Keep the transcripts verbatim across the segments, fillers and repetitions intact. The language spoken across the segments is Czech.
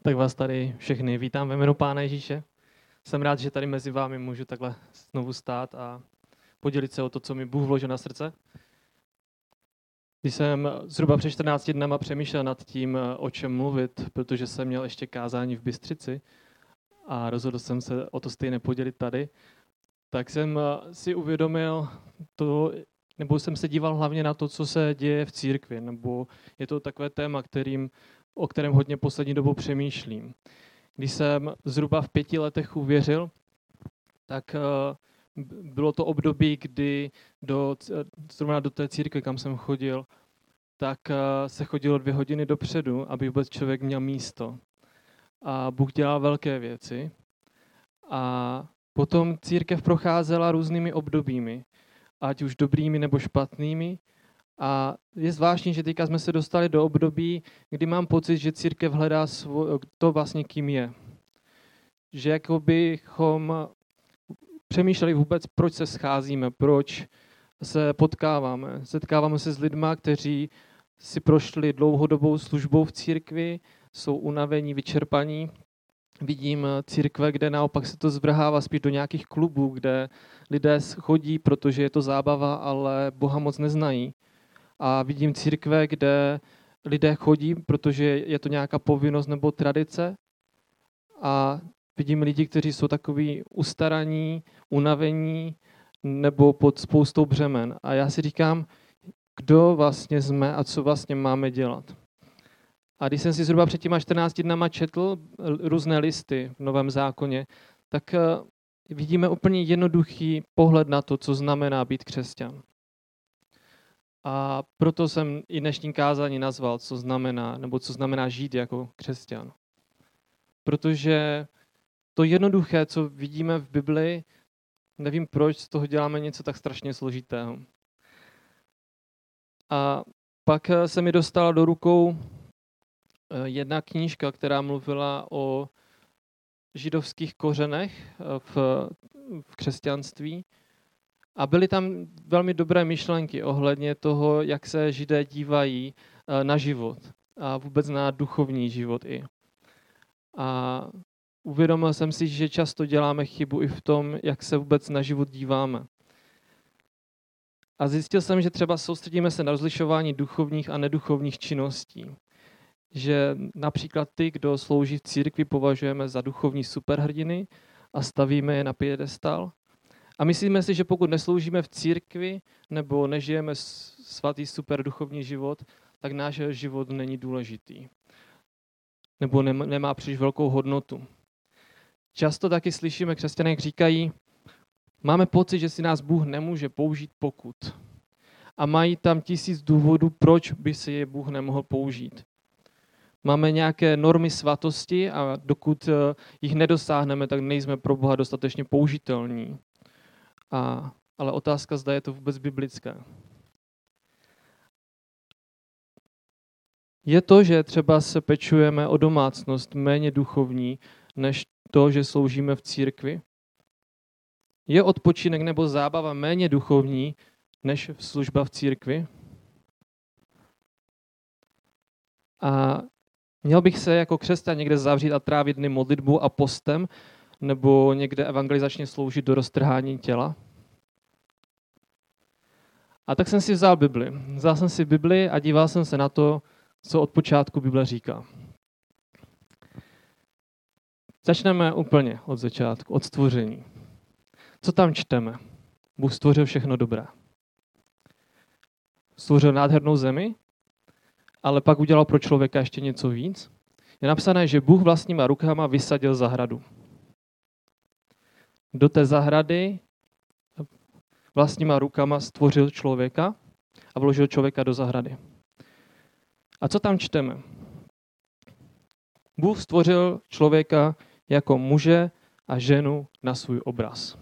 Tak vás tady všechny vítám ve jménu Pána Ježíše. Jsem rád, že tady mezi vámi můžu takhle znovu stát a podělit se o to, co mi Bůh vložil na srdce. Když jsem zhruba před čtrnácti dnama přemýšlel nad tím, o čem mluvit, protože jsem měl ještě kázání v Bystřici a rozhodl jsem se o to stejně podělit tady, tak jsem si uvědomil to, nebo jsem se díval hlavně na to, co se děje v církvi, nebo je to takové téma, kterým, o kterém hodně poslední dobou přemýšlím. Když jsem zhruba v pěti letech uvěřil, tak bylo to období, kdy do, zrovna do té církve, kam jsem chodil, tak se chodilo dvě hodiny dopředu, aby vůbec člověk měl místo. A Bůh dělal velké věci. A potom církev procházela různými obdobími, ať už dobrými nebo špatnými. A je zvláštní, že teďka jsme se dostali do období, kdy mám pocit, že církev hledá svo, to vlastně, kým je. Že jako bychom přemýšleli vůbec, proč se scházíme, proč se potkáváme. Setkáváme se s lidma, kteří si prošli dlouhodobou službou v církvi, jsou unavení, vyčerpaní. Vidím církve, kde naopak se to zvrhává spíš do nějakých klubů, kde lidé chodí, protože je to zábava, ale Boha moc neznají. A vidím církve, kde lidé chodí, protože je to nějaká povinnost nebo tradice. A vidím lidi, kteří jsou takový ustaraní, unavení nebo pod spoustou břemen. A já si říkám, kdo vlastně jsme a co vlastně máme dělat. A když jsem si zhruba před těma čtrnácti dnama četl různé listy v Novém zákoně, tak vidíme úplně jednoduchý pohled na to, co znamená být křesťan. A proto jsem i dnešní kázání nazval, co znamená, nebo co znamená žít jako křesťan. Protože to jednoduché, co vidíme v Bibli, nevím proč, z toho děláme něco tak strašně složitého. A pak se mi dostala do rukou jedna knížka, která mluvila o židovských kořenech v, v křesťanství. A byly tam velmi dobré myšlenky ohledně toho, jak se Židé dívají na život a vůbec na duchovní život i. A uvědomil jsem si, že často děláme chybu i v tom, jak se vůbec na život díváme. A zjistil jsem, že třeba soustředíme se na rozlišování duchovních a neduchovních činností. Že například ty, kdo slouží v církvi, považujeme za duchovní superhrdiny a stavíme je na piedestal. A myslíme si, že pokud nesloužíme v církvi nebo nežijeme svatý superduchovní život, tak náš život není důležitý. Nebo nemá příliš velkou hodnotu. Často taky slyšíme, křesťané jak říkají, máme pocit, že si nás Bůh nemůže použít pokud. A mají tam tisíc důvodů, proč by si je Bůh nemohl použít. Máme nějaké normy svatosti a dokud jich nedosáhneme, tak nejsme pro Boha dostatečně použitelní. A, ale otázka, zda je to vůbec biblické. Je to, že třeba se pečujeme o domácnost méně duchovní, než to, že sloužíme v církvi? Je odpočinek nebo zábava méně duchovní, než služba v církvi? A měl bych se jako křesťan někde zavřít a trávit dny modlitbou a postem, nebo někde evangelizačně sloužit do roztrhání těla? A tak jsem si vzal Bibli. Vzal jsem si Bibli a díval jsem se na to, co od počátku Bible říká. Začneme úplně od začátku, od stvoření. Co tam čteme? Bůh stvořil všechno dobré. Stvořil nádhernou zemi, ale pak udělal pro člověka ještě něco víc. Je napsané, že Bůh vlastníma rukama vysadil zahradu. Do té zahrady vlastníma rukama stvořil člověka a vložil člověka do zahrady. A co tam čteme? Bůh stvořil člověka jako muže a ženu na svůj obraz.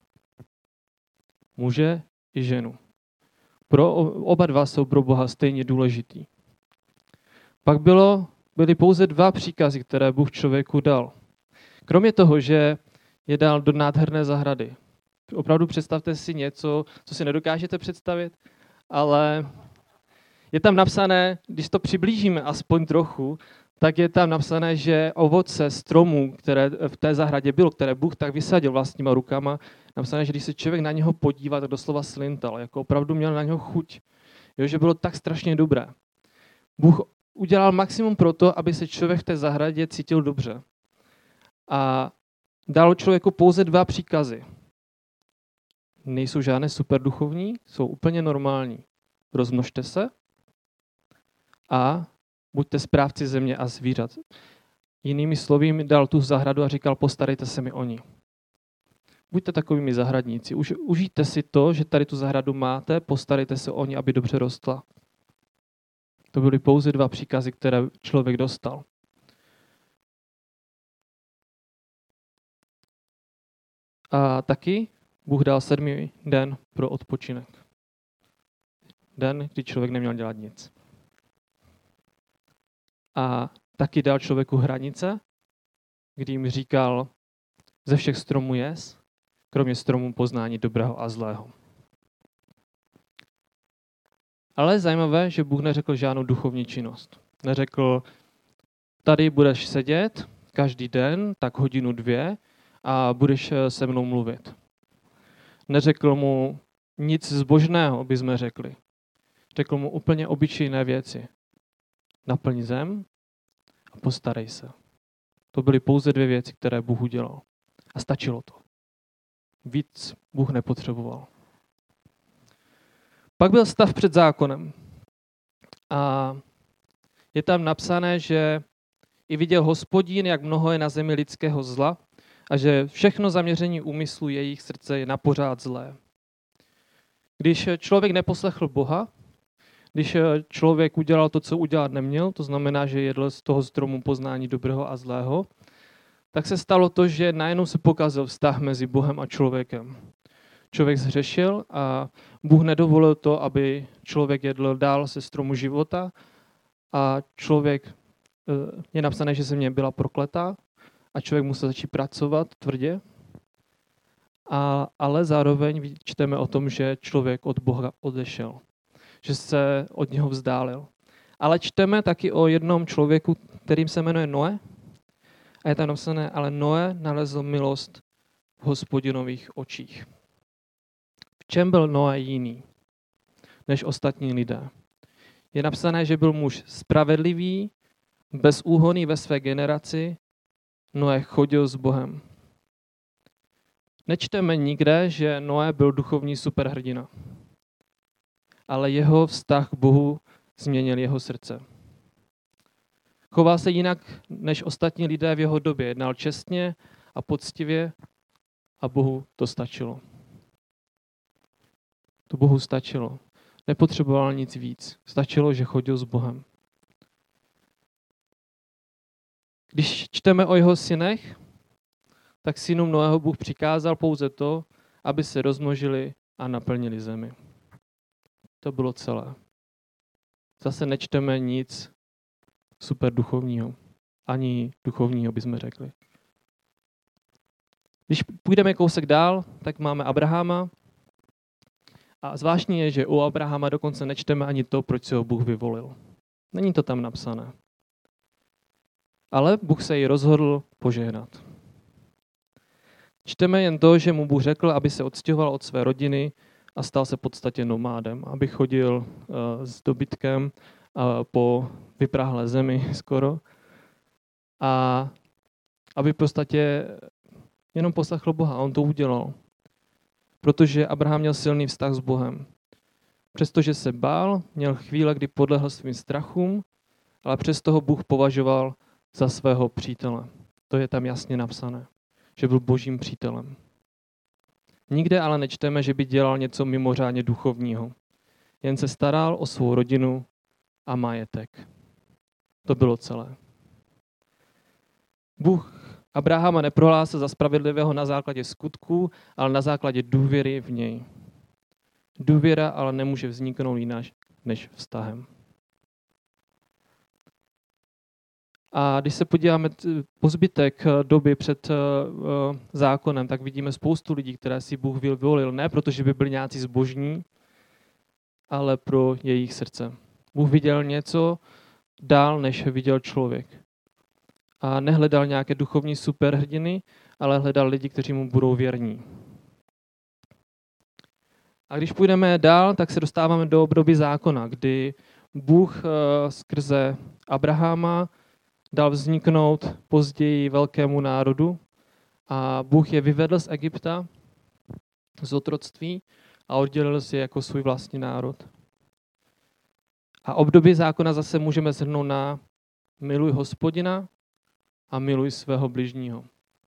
Muže i ženu. Pro oba dva jsou pro Boha stejně důležitý. Pak bylo, byly pouze dva příkazy, které Bůh člověku dal. Kromě toho, že je dal do nádherné zahrady. Opravdu představte si něco, co si nedokážete představit, ale je tam napsané, když to přiblížíme aspoň trochu, tak je tam napsané, že ovoce stromů, které v té zahradě bylo, které Bůh tak vysadil vlastníma rukama, napsané, že když se člověk na něho podívá, tak doslova slintal, jako opravdu měl na něho chuť. Jo, že bylo tak strašně dobré. Bůh udělal maximum pro to, aby se člověk v té zahradě cítil dobře. A dal člověku pouze dva příkazy. Nejsou žádné superduchovní, jsou úplně normální. Rozmnožte se a buďte správci země a zvířat. Jinými slovy mi dal tu zahradu a říkal, postarejte se mi o ní. Buďte takovými zahradníci. Už, užijte si to, že tady tu zahradu máte, postarejte se o ní, aby dobře rostla. To byly pouze dva příkazy, které člověk dostal. A taky Bůh dal sedmý den pro odpočinek. Den, kdy člověk neměl dělat nic. A taky dal člověku hranice, kdy jim říkal, ze všech stromů jes, kromě stromů poznání dobrého a zlého. Ale je zajímavé, že Bůh neřekl žádnou duchovní činnost. Neřekl, tady budeš sedět každý den, tak hodinu, dvě, a budeš se mnou mluvit. Neřekl mu nic zbožného, bychom řekli. Řekl mu úplně obyčejné věci. Naplň zem a postarej se. To byly pouze dvě věci, které Bůh udělal. A stačilo to. Víc Bůh nepotřeboval. Pak byl stav před zákonem. A je tam napsané, že i viděl Hospodin, jak mnoho je na zemi lidského zla a že všechno zaměření úmyslu jejich srdce je napořád zlé. Když člověk neposlechl Boha, když člověk udělal to, co udělat neměl, to znamená, že jedl z toho stromu poznání dobrého a zlého, tak se stalo to, že najednou se pokazil vztah mezi Bohem a člověkem. Člověk zhřešil a Bůh nedovolil to, aby člověk jedl dál ze stromu života a člověk, je napsané, že země byla prokletá a člověk musel začít pracovat tvrdě, a, ale zároveň čteme o tom, že člověk od Boha odešel, že se od něho vzdálil. Ale čteme taky o jednom člověku, kterým se jmenuje Noe. A je tam napsané, ale Noe nalezl milost v Hospodinových očích. V čem byl Noe jiný než ostatní lidé? Je napsané, že byl muž spravedlivý, bezúhonný ve své generaci, Noe chodil s Bohem. Nečteme nikde, že Noe byl duchovní superhrdina, ale jeho vztah k Bohu změnil jeho srdce. Choval se jinak než ostatní lidé v jeho době. Jednal čestně a poctivě a Bohu to stačilo. To Bohu stačilo. Nepotřeboval nic víc. Stačilo, že chodil s Bohem. Když čteme o jeho synech, tak synům Noého Bůh přikázal pouze to, aby se rozmnožili a naplnili zemi. To bylo celé. Zase nečteme nic super duchovního. Ani duchovního, bychom řekli. Když půjdeme kousek dál, tak máme Abrahama. A zvláštní je, že u Abrahama dokonce nečteme ani to, proč se ho Bůh vyvolil. Není to tam napsané. Ale Bůh se jej rozhodl požehnat. Čteme jen to, že mu Bůh řekl, aby se odstěhoval od své rodiny a stal se v podstatě nomádem, aby chodil uh, s dobytkem uh, po vyprahlé zemi skoro a aby v podstatě jenom poslechl Boha. A on to udělal. Protože Abraham měl silný vztah s Bohem. Přestože se bál, měl chvíle, kdy podlehl svým strachům, ale přesto ho Bůh považoval za svého přítele. To je tam jasně napsané, že byl božím přítelem. Nikde ale nečteme, že by dělal něco mimořádně duchovního. Jen se staral o svou rodinu a majetek. To bylo celé. Bůh Abrahama neprohlásil za spravedlivého na základě skutků, ale na základě důvěry v něj. Důvěra ale nemůže vzniknout jinak než vztahem. A když se podíváme po zbytek doby před zákonem, tak vidíme spoustu lidí, které si Bůh vyvolil, ne protože by byli nějací zbožní, ale pro jejich srdce. Bůh viděl něco dál, než viděl člověk. a nehledal nějaké duchovní superhrdiny, ale hledal lidi, kteří mu budou věrní. A když půjdeme dál, tak se dostáváme do období zákona, kdy Bůh skrze Abrahama dal vzniknout později velkému národu a Bůh je vyvedl z Egypta, z otroctví a oddělil si je jako svůj vlastní národ. A období zákona zase můžeme shrnout na miluj Hospodina a miluj svého bližního.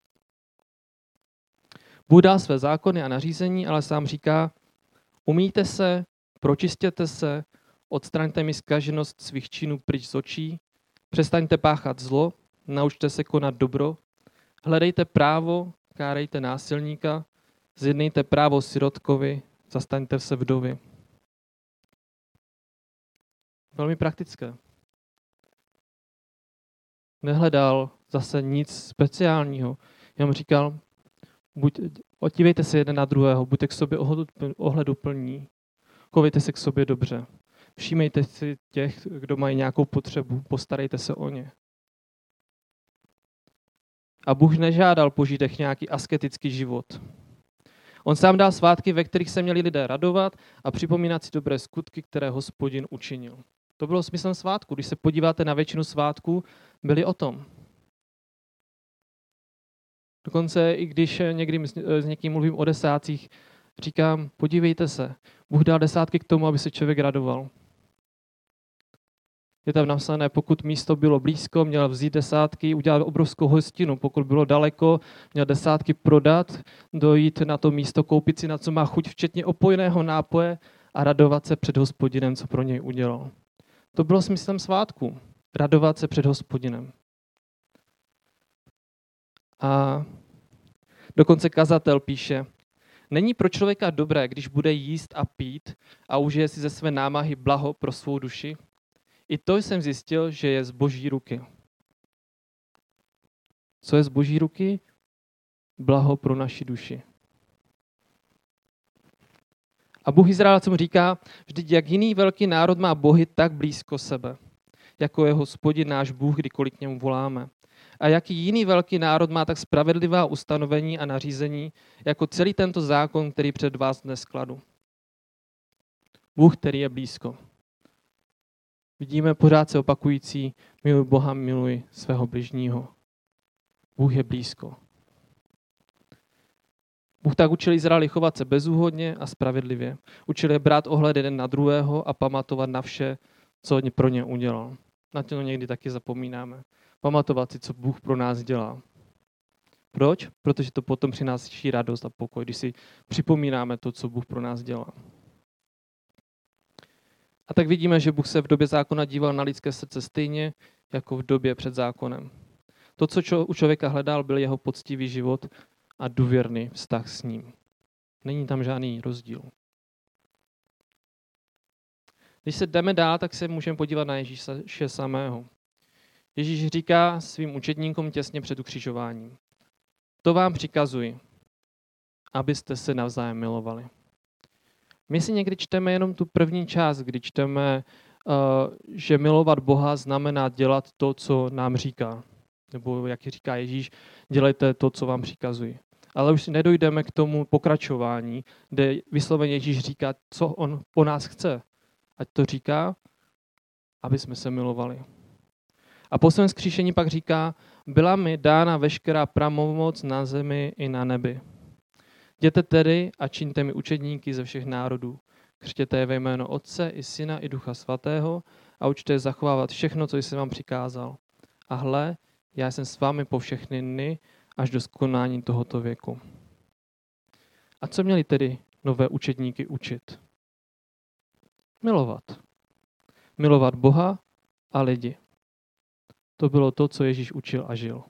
Bůh dal své zákony a nařízení, ale sám říká, umýjte se, pročistěte se, odstraňte mi zkaženost svých činů pryč z očí, přestaňte páchat zlo, naučte se konat dobro, hledejte právo, kárejte násilníka, zjednejte právo sirotkovi, zastaňte se vdovy. Velmi praktické. Nehledal zase nic speciálního, jenom říkal, buď, odívejte se jeden na druhého, buďte k sobě ohleduplní, chovejte se k sobě dobře. Všímejte si těch, kdo mají nějakou potřebu, postarejte se o ně. A Bůh nežádal po Židech nějaký asketický život. On sám dal svátky, ve kterých se měli lidé radovat a připomínat si dobré skutky, které Hospodin učinil. To bylo smyslem svátku. Když se podíváte na většinu svátků, byli o tom. Dokonce i když někdy s někým mluvím o desátcích, říkám, podívejte se, Bůh dal desátky k tomu, aby se člověk radoval. Je tam napsané, pokud místo bylo blízko, měl vzít desátky, udělat obrovskou hostinu. Pokud bylo daleko, měl desátky prodat, dojít na to místo, koupit si na co má chuť, včetně opojného nápoje a radovat se před Hospodinem, co pro něj udělal. To bylo smyslem svátku. Radovat se před Hospodinem. A dokonce kazatel píše, není pro člověka dobré, když bude jíst a pít a užije si ze své námahy blaho pro svou duši? I to jsem zjistil, že je z Boží ruky. Co je z Boží ruky? Blaho pro naši duši. A Bůh Izraelcům říká, vždyť jak jiný velký národ má bohy tak blízko sebe, jako je Hospodin náš Bůh, kdykoliv k němu voláme. A jaký jiný velký národ má tak spravedlivá ustanovení a nařízení, jako celý tento zákon, který před vás dnes kladu. Bůh, který je blízko. Vidíme pořád se opakující, miluj Boha, miluj svého bližního. Bůh je blízko. Bůh tak učil Izraeli chovat se bezúhodně a spravedlivě. Učil je brát ohled jeden na druhého a pamatovat na vše, co pro ně udělal. Na to někdy taky zapomínáme. Pamatovat si, co Bůh pro nás dělá. Proč? Protože to potom přináší radost a pokoj, když si připomínáme to, co Bůh pro nás dělá. A tak vidíme, že Bůh se v době zákona díval na lidské srdce stejně, jako v době před zákonem. To, co u člověka hledal, byl jeho poctivý život a důvěrný vztah s ním. Není tam žádný rozdíl. Když se jdeme dál, tak se můžeme podívat na Ježíše samého. Ježíš říká svým učedníkům těsně před ukřižováním. To vám přikazuji, abyste se navzájem milovali. My si někdy čteme jenom tu první část, kdy čteme, že milovat Boha znamená dělat to, co nám říká. Nebo jak říká Ježíš, dělejte to, co vám přikazuji. Ale už si nedojdeme k tomu pokračování, kde vysloveně Ježíš říká, co on po nás chce. Ať to říká, aby jsme se milovali. A po svém vzkříšení pak říká, byla mi dána veškerá pravomoc na zemi i na nebi. Jděte tedy a čiňte mi učedníky ze všech národů. Křtěte je ve jméno Otce i Syna i Ducha Svatého a učte je zachovávat všechno, co jsem vám přikázal. A hle, já jsem s vámi po všechny dny až do skonání tohoto věku. A co měli tedy nové učedníky učit? Milovat. Milovat Boha a lidi. To bylo to, co Ježíš učil a žil.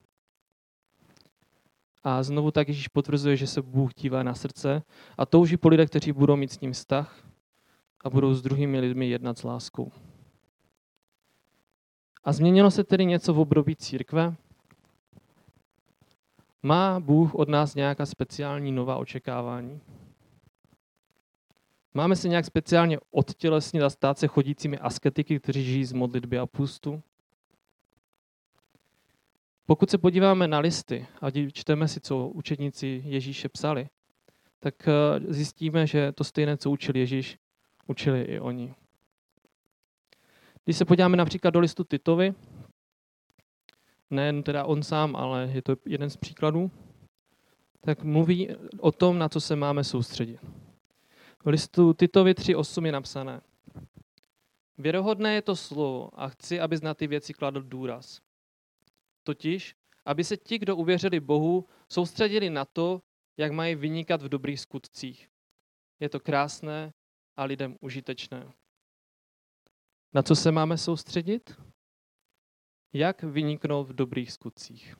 A znovu tak Ježíš potvrzuje, že se Bůh dívá na srdce a touží po lidech, kteří budou mít s ním vztah a budou s druhými lidmi jednat s láskou. A změnilo se tedy něco v období církve? Má Bůh od nás nějaká speciální nová očekávání? Máme se nějak speciálně odtělesnit a stát se chodícími asketiky, kteří žijí z modlitby a půstu? Pokud se podíváme na listy a čteme si, co učedníci Ježíše psali, tak zjistíme, že to stejné, co učil Ježíš, učili i oni. Když se podíváme například do listu Titovi, nejen teda on sám, ale je to jeden z příkladů, tak mluví o tom, na co se máme soustředit. V listu Titovi tři osm je napsané: Věrohodné je to slovo a chci, abys na ty věci kladl důraz. Totiž, aby se ti, kdo uvěřili Bohu, soustředili na to, jak mají vynikat v dobrých skutcích. Je to krásné a lidem užitečné. Na co se máme soustředit? Jak vyniknout v dobrých skutcích.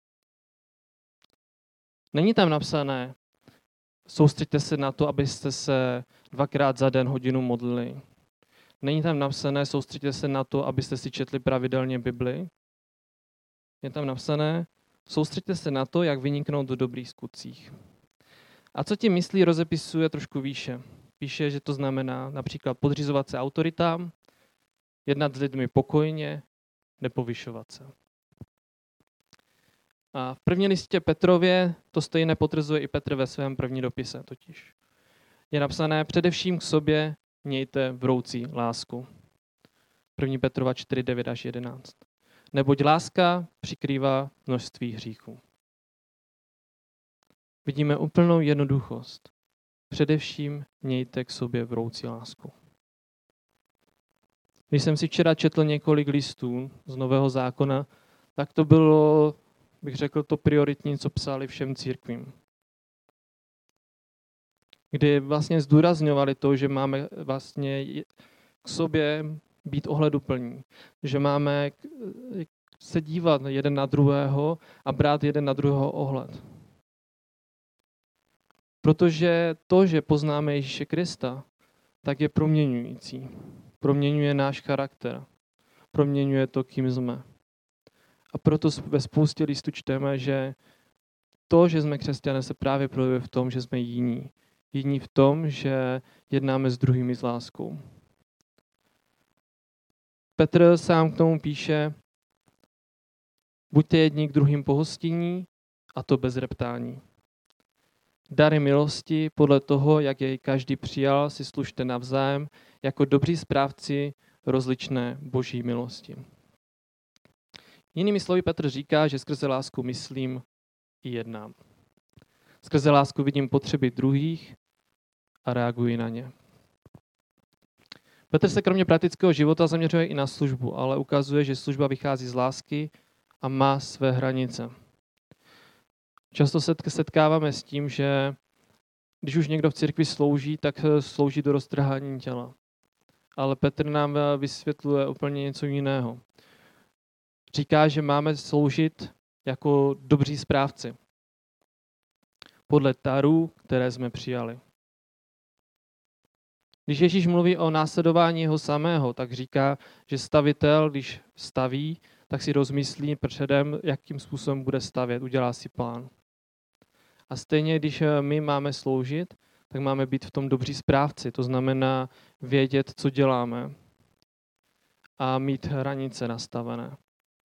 Není tam napsané, soustřeďte se na to, abyste se dvakrát za den hodinu modlili. Není tam napsané, soustřeďte se na to, abyste si četli pravidelně Bibli. Je tam napsané, soustřeďte se na to, jak vyniknout do dobrých skutcích. A co tím myslí, rozepisuje trošku výše. Píše, že to znamená například podřizovat se autoritám, jednat s lidmi pokojně, nepovyšovat se. A v první listě Petrově to stejné potvrzuje i Petr ve svém první dopise totiž. Je napsané, především k sobě mějte vroucí lásku. první Petrova čtyři devět až jedenáct. Neboť láska přikrývá množství hříchů. Vidíme úplnou jednoduchost. Především mějte k sobě vroucí lásku. Když jsem si včera četl několik listů z Nového zákona, tak to bylo, bych řekl, to prioritní, co psali všem církvím. Kdy vlastně zdůrazňovali to, že máme vlastně k sobě být ohleduplní. Že máme se dívat jeden na druhého a brát jeden na druhého ohled. Protože to, že poznáme Ježíše Krista, tak je proměňující. Proměňuje náš charakter. Proměňuje to, kým jsme. A proto ve spoustě listů čteme, že to, že jsme křesťané, se právě projevuje v tom, že jsme jiní. Jiní v tom, že jednáme s druhými s láskou. Petr sám k tomu píše, buďte jedni k druhým pohostinní, a to bez reptání. Dary milosti podle toho, jak jej každý přijal, si služte navzájem jako dobří správci rozličné boží milosti. Jinými slovy Petr říká, že skrze lásku myslím i jednám. Skrze lásku vidím potřeby druhých a reaguji na ně. Petr se kromě praktického života zaměřuje i na službu, ale ukazuje, že služba vychází z lásky a má své hranice. Často se setkáváme s tím, že když už někdo v církvi slouží, tak slouží do roztrhání těla. Ale Petr nám vysvětluje úplně něco jiného. Říká, že máme sloužit jako dobří správci. Podle darů, které jsme přijali. Když Ježíš mluví o následování jeho samého, tak říká, že stavitel, když staví, tak si rozmyslí předem, jakým způsobem bude stavět, udělá si plán. A stejně, když my máme sloužit, tak máme být v tom dobří správci. To znamená vědět, co děláme a mít hranice nastavené.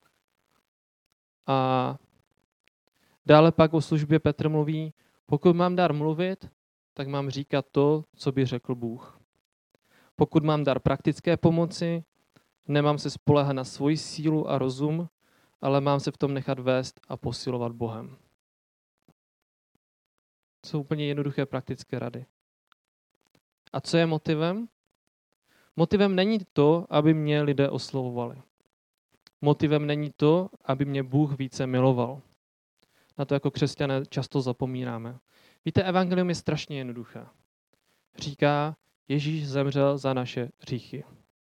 A dále pak o službě Petr mluví, pokud mám dar mluvit, tak mám říkat to, co by řekl Bůh. Pokud mám dar praktické pomoci, nemám se spoléhat na svoji sílu a rozum, ale mám se v tom nechat vést a posilovat Bohem. To jsou úplně jednoduché praktické rady. A co je motivem? Motivem není to, aby mě lidé oslovovali. Motivem není to, aby mě Bůh více miloval. Na to jako křesťané často zapomínáme. Víte, evangelium je strašně jednoduché. Říká, Ježíš zemřel za naše hříchy.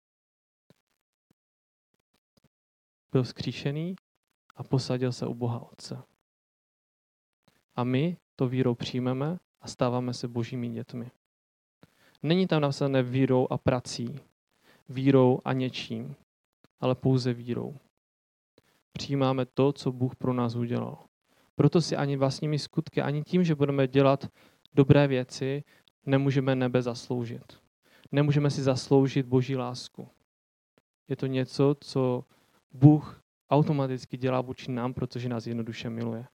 Byl vzkříšený a posadil se u Boha Otce. A my to vírou přijmeme a stáváme se božími dětmi. Není tam napsané vírou a prací, vírou a něčím, ale pouze vírou. Přijímáme to, co Bůh pro nás udělal. Proto si ani vlastními skutky, ani tím, že budeme dělat dobré věci, nemůžeme nebe zasloužit. Nemůžeme si zasloužit boží lásku. Je to něco, co Bůh automaticky dělá vůči nám, protože nás jednoduše miluje.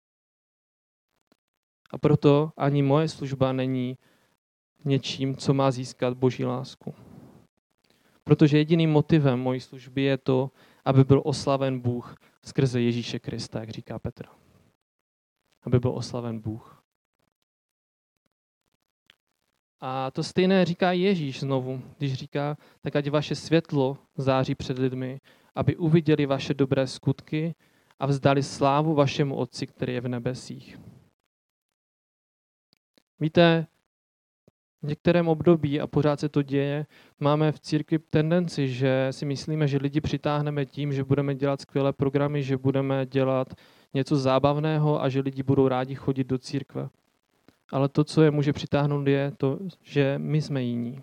A proto ani moje služba není něčím, co má získat Boží lásku. Protože jediným motivem mojí služby je to, aby byl oslaven Bůh skrze Ježíše Krista, jak říká Petr. Aby byl oslaven Bůh. A to stejné říká Ježíš znovu, když říká, tak ať vaše světlo září před lidmi, aby uviděli vaše dobré skutky a vzdali slávu vašemu Otci, který je v nebesích. Víte, v některém období, a pořád se to děje, máme v církvi tendenci, že si myslíme, že lidi přitáhneme tím, že budeme dělat skvělé programy, že budeme dělat něco zábavného a že lidi budou rádi chodit do církve. Ale to, co je může přitáhnout, je to, že my jsme jiní.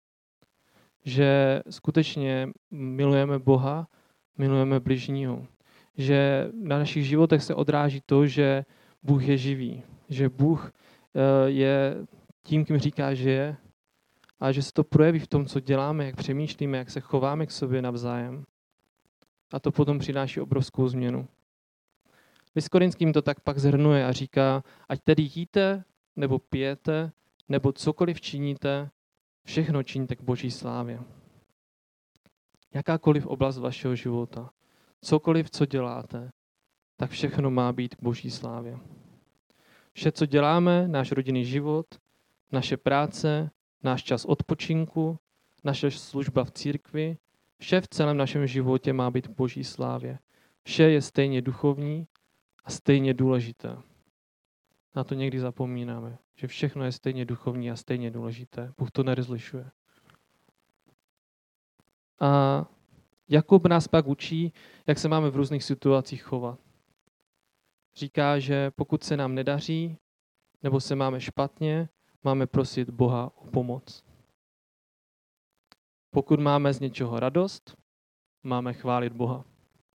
Že skutečně milujeme Boha, milujeme bližního. Že na našich životech se odráží to, že Bůh je živý. Že Bůh je tím, kým říká, že je. A že se to projeví v tom, co děláme, jak přemýšlíme, jak se chováme k sobě navzájem. A to potom přináší obrovskou změnu. List Korinským to tak pak zhrnuje a říká, ať tedy jíte, nebo pijete, nebo cokoliv činíte, všechno činíte k Boží slávě. Jakákoliv oblast vašeho života, cokoliv, co děláte, tak všechno má být k Boží slávě. Vše, co děláme, náš rodinný život, naše práce, náš čas odpočinku, naše služba v církvi, vše v celém našem životě má být k Boží slávě. Vše je stejně duchovní a stejně důležité. Na to někdy zapomínáme, že všechno je stejně duchovní a stejně důležité. Bůh to nerozlišuje. A Jakub nás pak učí, jak se máme v různých situacích chovat. Říká, že pokud se nám nedaří, nebo se máme špatně, máme prosit Boha o pomoc. Pokud máme z něčeho radost, máme chválit Boha.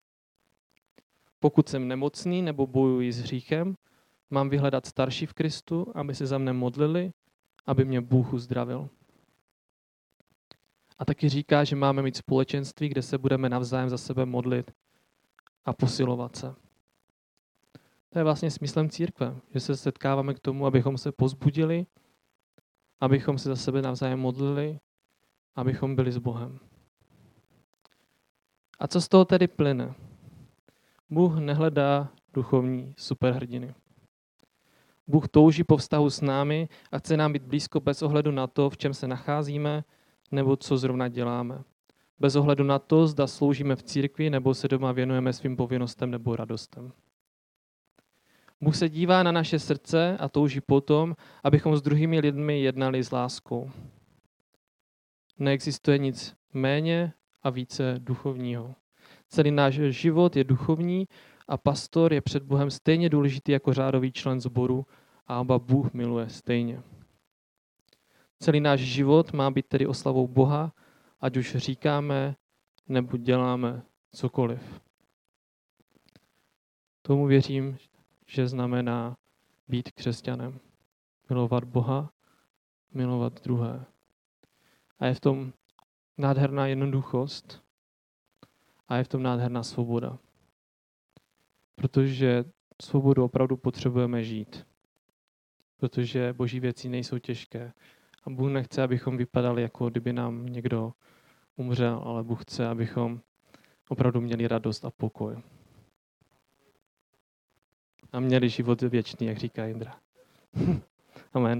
Pokud jsem nemocný nebo bojuji s hříchem, mám vyhledat starší v Kristu, aby se za mne modlili, aby mě Bůh uzdravil. A taky říká, že máme mít společenství, kde se budeme navzájem za sebe modlit a posilovat se. To je vlastně smyslem církve, že se setkáváme k tomu, abychom se pozbudili, abychom se za sebe navzájem modlili, abychom byli s Bohem. A co z toho tedy plyne? Bůh nehledá duchovní superhrdiny. Bůh touží po vztahu s námi a chce nám být blízko bez ohledu na to, v čem se nacházíme nebo co zrovna děláme. Bez ohledu na to, zda sloužíme v církvi nebo se doma věnujeme svým povinnostem nebo radostem. Bůh se dívá na naše srdce a touží potom, abychom s druhými lidmi jednali s láskou. Neexistuje nic méně a více duchovního. Celý náš život je duchovní a pastor je před Bohem stejně důležitý jako řádový člen sboru a oba Bůh miluje stejně. Celý náš život má být tedy oslavou Boha, ať už říkáme nebo děláme cokoliv. Tomu věřím, že znamená být křesťanem. Milovat Boha, milovat druhé. A je v tom nádherná jednoduchost a je v tom nádherná svoboda. Protože svobodu opravdu potřebujeme žít. Protože Boží věci nejsou těžké. A Bůh nechce, abychom vypadali, jako kdyby nám někdo umřel, ale Bůh chce, abychom opravdu měli radost a pokoj. A měli život věčný, jak říká Jindra. Amen.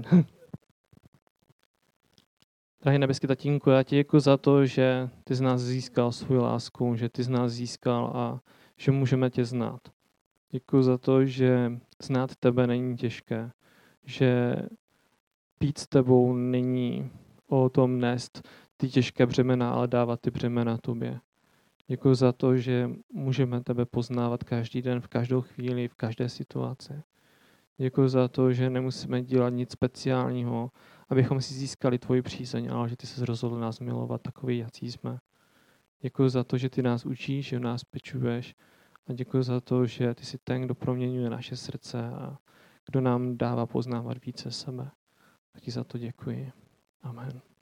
Drahý nebeský tatínku, já ti děkuji za to, že ty z nás získal svou lásku, že ty z nás získal a že můžeme tě znát. Děkuji za to, že znát tebe není těžké, že být s tebou není o tom nést ty těžké břemena, ale dávat ty břemena tobě. Děkuji za to, že můžeme tebe poznávat každý den, v každou chvíli, v každé situaci. Děkuji za to, že nemusíme dělat nic speciálního, abychom si získali tvoji přízeň, ale že ty se rozhodl nás milovat takový, jací jsme. Děkuji za to, že ty nás učíš, že nás pečuješ a děkuji za to, že ty jsi ten, kdo proměňuje naše srdce a kdo nám dává poznávat více sebe. Tak ti za to děkuji. Amen.